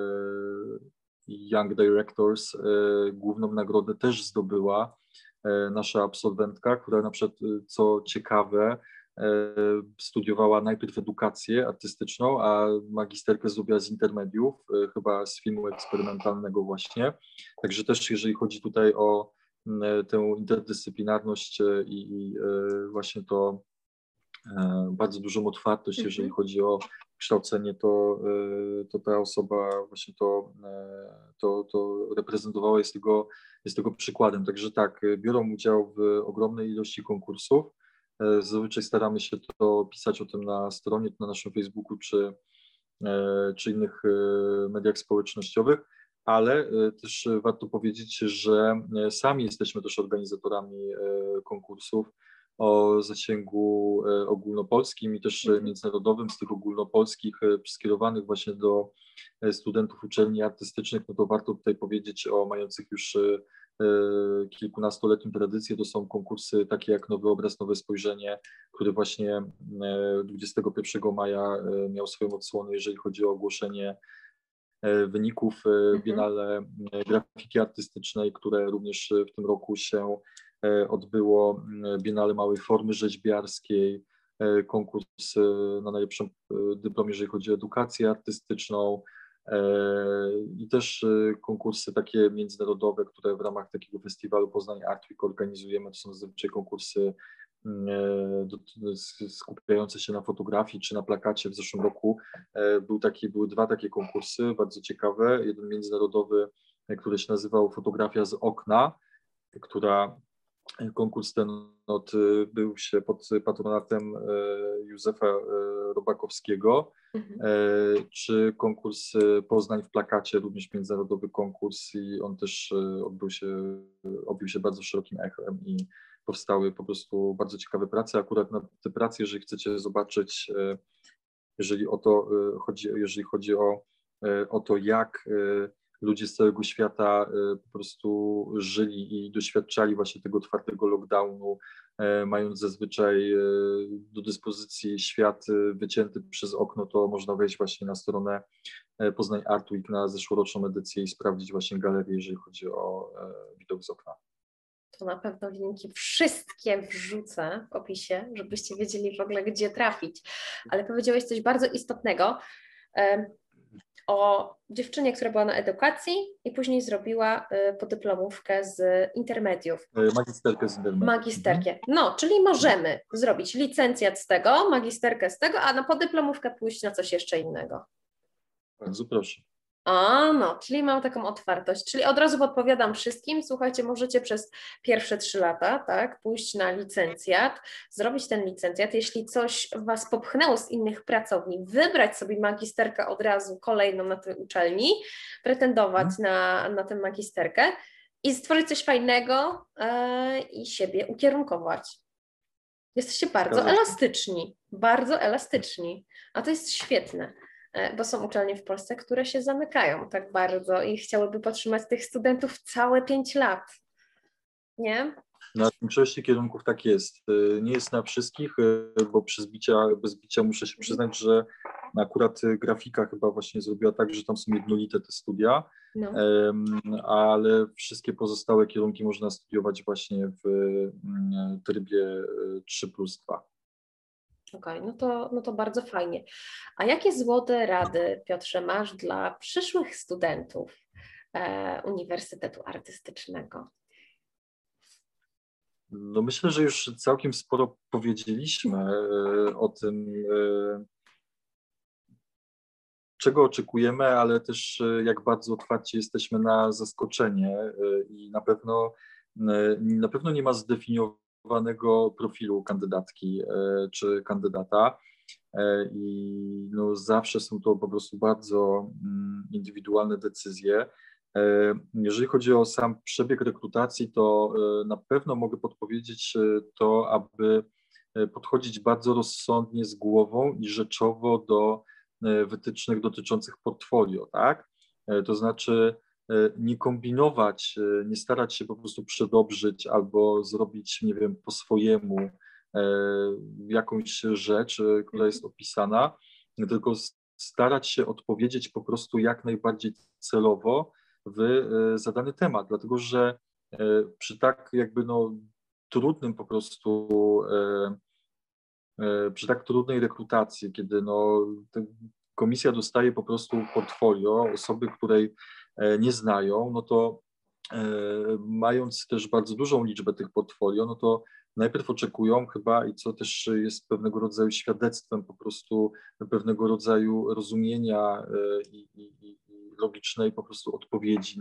Young Directors główną nagrodę też zdobyła nasza absolwentka, która na przykład, co ciekawe, studiowała najpierw edukację artystyczną, a magisterkę zrobiła z intermediów, chyba z filmu eksperymentalnego właśnie. Także też jeżeli chodzi tutaj o tę interdyscyplinarność i właśnie to bardzo dużą otwartość, jeżeli chodzi o kształcenie, to ta osoba właśnie to reprezentowała, jest tego przykładem. Także tak, biorą udział w ogromnej ilości konkursów. Zazwyczaj staramy się to pisać o tym na stronie, na naszym Facebooku czy innych mediach społecznościowych, ale też warto powiedzieć, że sami jesteśmy też organizatorami konkursów o zasięgu ogólnopolskim i też międzynarodowym. Z tych ogólnopolskich skierowanych właśnie do studentów uczelni artystycznych, no to warto tutaj powiedzieć o mających już kilkunastoletnią tradycję. To są konkursy takie jak Nowy Obraz, Nowe Spojrzenie, który właśnie 21 maja miał swoją odsłonę, jeżeli chodzi o ogłoszenie wyników Biennale Grafiki Artystycznej, które również w tym roku się odbyło, Biennale Małej Formy Rzeźbiarskiej, konkurs na najlepszą dyplom, jeżeli chodzi o edukację artystyczną i też konkursy takie międzynarodowe, które w ramach takiego festiwalu Poznań Art Week organizujemy. To są zazwyczaj konkursy skupiające się na fotografii czy na plakacie. W zeszłym roku były 2 takie konkursy, bardzo ciekawe. Jeden międzynarodowy, który się nazywał Fotografia z okna, konkurs ten odbył się pod patronatem Józefa Robakowskiego, czy konkurs Poznań w plakacie, również międzynarodowy konkurs i on też odbył się bardzo szerokim echem i powstały po prostu bardzo ciekawe prace. Akurat na te prace, jeżeli chcecie zobaczyć, jeżeli chodzi o to, jak ludzie z całego świata po prostu żyli i doświadczali właśnie tego otwartego lockdownu mając zazwyczaj do dyspozycji świat wycięty przez okno, to można wejść właśnie na stronę Poznań Art Week na zeszłoroczną edycję i sprawdzić właśnie galerię, jeżeli chodzi o widok z okna. To na pewno linki wszystkie wrzucę w opisie, żebyście wiedzieli w ogóle, gdzie trafić. Ale powiedziałeś coś bardzo istotnego o dziewczynie, która była na edukacji i później zrobiła podyplomówkę z intermediów. Magisterkę z intermediów. Magisterkę. No, czyli możemy zrobić licencjat z tego, magisterkę z tego, a na podyplomówkę pójść na coś jeszcze innego. Bardzo proszę. A, no, czyli mam taką otwartość. Czyli od razu podpowiadam wszystkim, słuchajcie, możecie przez pierwsze 3 lata, tak, pójść na licencjat, zrobić ten licencjat, jeśli coś Was popchnęło z innych pracowni, wybrać sobie magisterkę od razu kolejną na tej uczelni, pretendować na tę magisterkę i stworzyć coś fajnego i siebie ukierunkować. Jesteście bardzo elastyczni, a to jest świetne. Bo są uczelnie w Polsce, które się zamykają tak bardzo i chciałyby podtrzymać tych studentów całe 5 lat. Nie? Na większości kierunków tak jest. Nie jest na wszystkich, bo bez bicia muszę się przyznać, że akurat grafika chyba właśnie zrobiła tak, że tam są jednolite te studia, No. ale wszystkie pozostałe kierunki można studiować właśnie w trybie 3+2. Okej, no to bardzo fajnie. A jakie złote rady, Piotrze, masz dla przyszłych studentów Uniwersytetu Artystycznego? No myślę, że już całkiem sporo powiedzieliśmy o tym, czego oczekujemy, ale też jak bardzo otwarci jesteśmy na zaskoczenie i na pewno nie ma zdefiniowanego profilu kandydatki czy kandydata i no zawsze są to po prostu bardzo indywidualne decyzje. Jeżeli chodzi o sam przebieg rekrutacji, to na pewno mogę podpowiedzieć to, aby podchodzić bardzo rozsądnie z głową i rzeczowo do wytycznych dotyczących portfolio, tak? To znaczy nie kombinować, nie starać się po prostu przedobrzyć albo zrobić, nie wiem, po swojemu jakąś rzecz, która jest opisana, tylko starać się odpowiedzieć po prostu jak najbardziej celowo w zadany temat, dlatego że przy tak jakby no trudnym po prostu przy tak trudnej rekrutacji, kiedy no, komisja dostaje po prostu portfolio osoby, której nie znają, no to mając też bardzo dużą liczbę tych portfolio, no to najpierw oczekują chyba i co też jest pewnego rodzaju świadectwem po prostu pewnego rodzaju rozumienia i logicznej po prostu odpowiedzi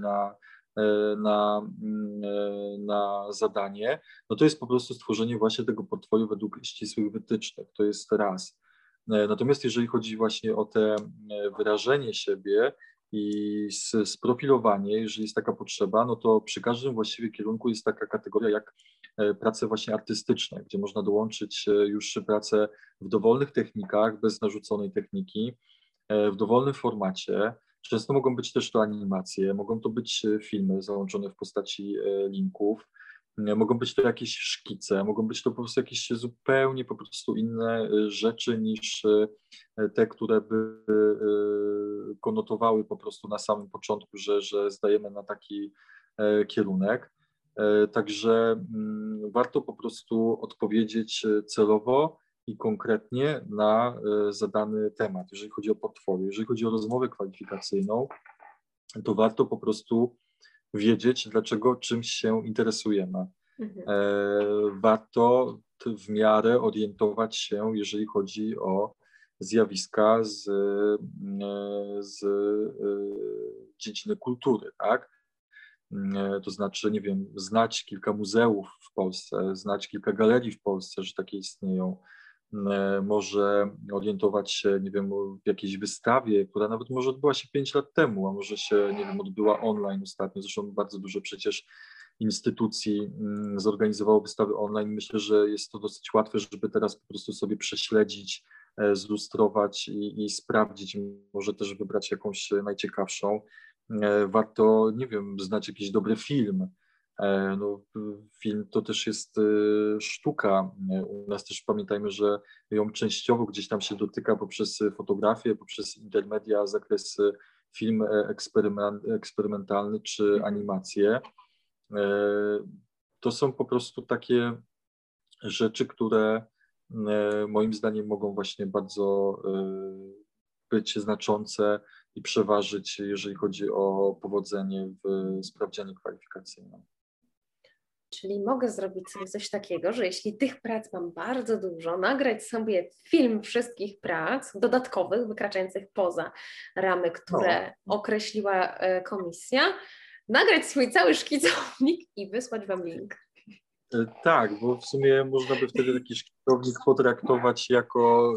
na zadanie, no to jest po prostu stworzenie właśnie tego portfolio według ścisłych wytycznych, to jest raz. Natomiast jeżeli chodzi właśnie o te wyrażenie siebie i sprofilowanie, jeżeli jest taka potrzeba, no to przy każdym właściwie kierunku jest taka kategoria jak prace właśnie artystyczne, gdzie można dołączyć już pracę w dowolnych technikach, bez narzuconej techniki, w dowolnym formacie. Często mogą być też to animacje, mogą to być filmy załączone w postaci linków, mogą być to jakieś szkice, mogą być to po prostu jakieś zupełnie po prostu inne rzeczy niż te, które by konotowały po prostu na samym początku, że zdajemy na taki kierunek. Także warto po prostu odpowiedzieć celowo i konkretnie na zadany temat, jeżeli chodzi o portfolio. Jeżeli chodzi o rozmowę kwalifikacyjną, to warto po prostu wiedzieć, dlaczego czymś się interesujemy. Warto w miarę orientować się, jeżeli chodzi o zjawiska z dziedziny kultury, tak? To znaczy, nie wiem, znać kilka muzeów w Polsce, znać kilka galerii w Polsce, że takie istnieją, może orientować się, nie wiem, w jakiejś wystawie, która nawet może odbyła się 5 lat temu, a może się, nie wiem, odbyła online ostatnio. Zresztą bardzo dużo przecież instytucji zorganizowało wystawy online. Myślę, że jest to dosyć łatwe, żeby teraz po prostu sobie prześledzić, zlustrować i sprawdzić, może też wybrać jakąś najciekawszą. Warto, nie wiem, znać jakiś dobry film, No, film to też jest sztuka. U nas też pamiętajmy, że ją częściowo gdzieś tam się dotyka poprzez fotografię, poprzez intermedia, zakres film eksperymentalny czy animacje. To są po prostu takie rzeczy, które moim zdaniem mogą właśnie bardzo być znaczące i przeważyć, jeżeli chodzi o powodzenie w sprawdzianie kwalifikacyjnym. Czyli mogę zrobić sobie coś takiego, że jeśli tych prac mam bardzo dużo, nagrać sobie film wszystkich prac dodatkowych, wykraczających poza ramy, które określiła komisja, nagrać swój cały szkicownik i wysłać Wam link. Tak, bo w sumie można by wtedy taki szkicownik potraktować jako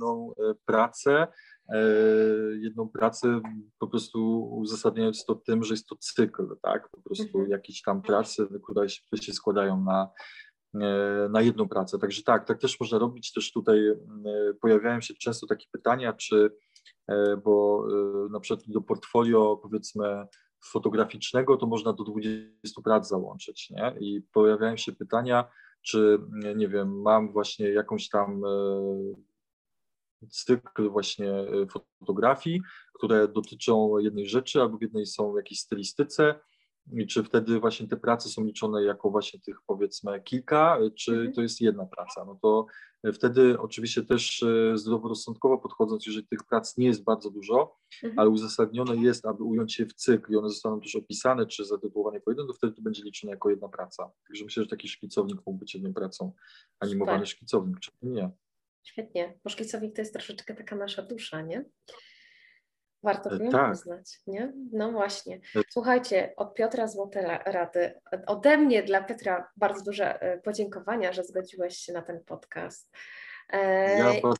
jedną pracę, po prostu uzasadniając to tym, że jest to cykl, tak? Po prostu jakieś tam prace, które się składają na jedną pracę. Także tak też można robić. Też tutaj pojawiają się często takie pytania, bo na przykład do portfolio, powiedzmy, fotograficznego to można do 20 prac załączyć, nie? I pojawiają się pytania, czy, nie wiem, mam właśnie jakąś tam cykl właśnie fotografii, które dotyczą jednej rzeczy albo w jednej są w jakiejś stylistyce i czy wtedy właśnie te prace są liczone jako właśnie tych, powiedzmy, kilka, czy to jest jedna praca. No to wtedy oczywiście też zdroworozsądkowo podchodząc, jeżeli tych prac nie jest bardzo dużo, ale uzasadnione jest, aby ująć je w cykl i one zostaną też opisane, czy zatytułowane po jednym, to wtedy to będzie liczone jako jedna praca. Także myślę, że taki szkicownik mógł być jedną pracą, animowany szkicownik, czy nie. Świetnie, bo szkicownik to jest troszeczkę taka nasza dusza, nie? Warto by ją poznać, nie? No właśnie. Słuchajcie, od Piotra złote rady. Ode mnie dla Piotra bardzo duże podziękowania, że zgodziłeś się na ten podcast. Ja bardzo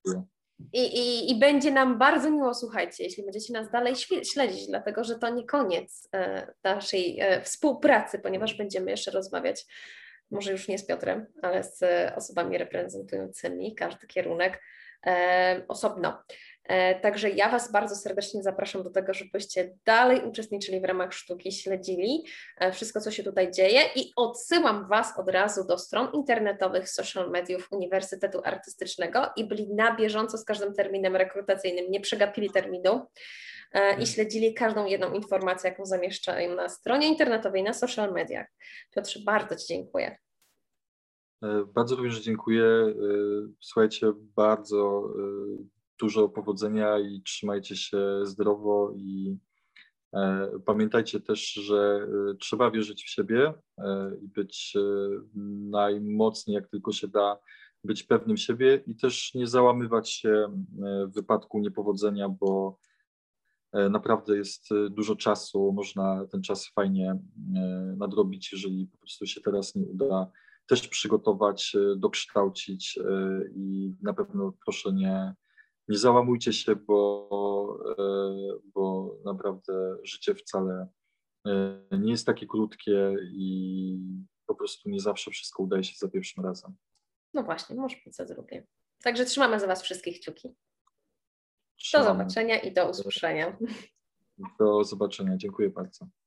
I będzie nam bardzo miło, słuchajcie, jeśli będziecie nas dalej śledzić, dlatego że to nie koniec naszej współpracy, ponieważ będziemy jeszcze rozmawiać, może już nie z Piotrem, ale z osobami reprezentującymi każdy kierunek osobno. Także ja Was bardzo serdecznie zapraszam do tego, żebyście dalej uczestniczyli w ramach sztuki, śledzili wszystko, co się tutaj dzieje i odsyłam Was od razu do stron internetowych, social mediów Uniwersytetu Artystycznego i byli na bieżąco z każdym terminem rekrutacyjnym, nie przegapili terminu i śledzili każdą jedną informację, jaką zamieszczają na stronie internetowej, na social mediach. Piotrze, bardzo Ci dziękuję. Bardzo również dziękuję. Słuchajcie, bardzo dużo powodzenia i trzymajcie się zdrowo i pamiętajcie też, że trzeba wierzyć w siebie i być najmocniej jak tylko się da, być pewnym siebie i też nie załamywać się w wypadku niepowodzenia, bo naprawdę jest dużo czasu, można ten czas fajnie nadrobić, jeżeli po prostu się teraz nie uda, też przygotować, dokształcić i na pewno proszę nie załamujcie się, bo naprawdę życie wcale nie jest takie krótkie i po prostu nie zawsze wszystko udaje się za pierwszym razem. No właśnie, może być za drugie. Także trzymamy za Was wszystkich kciuki. Trzymamy. Do zobaczenia i do usłyszenia. Do zobaczenia. Dziękuję bardzo.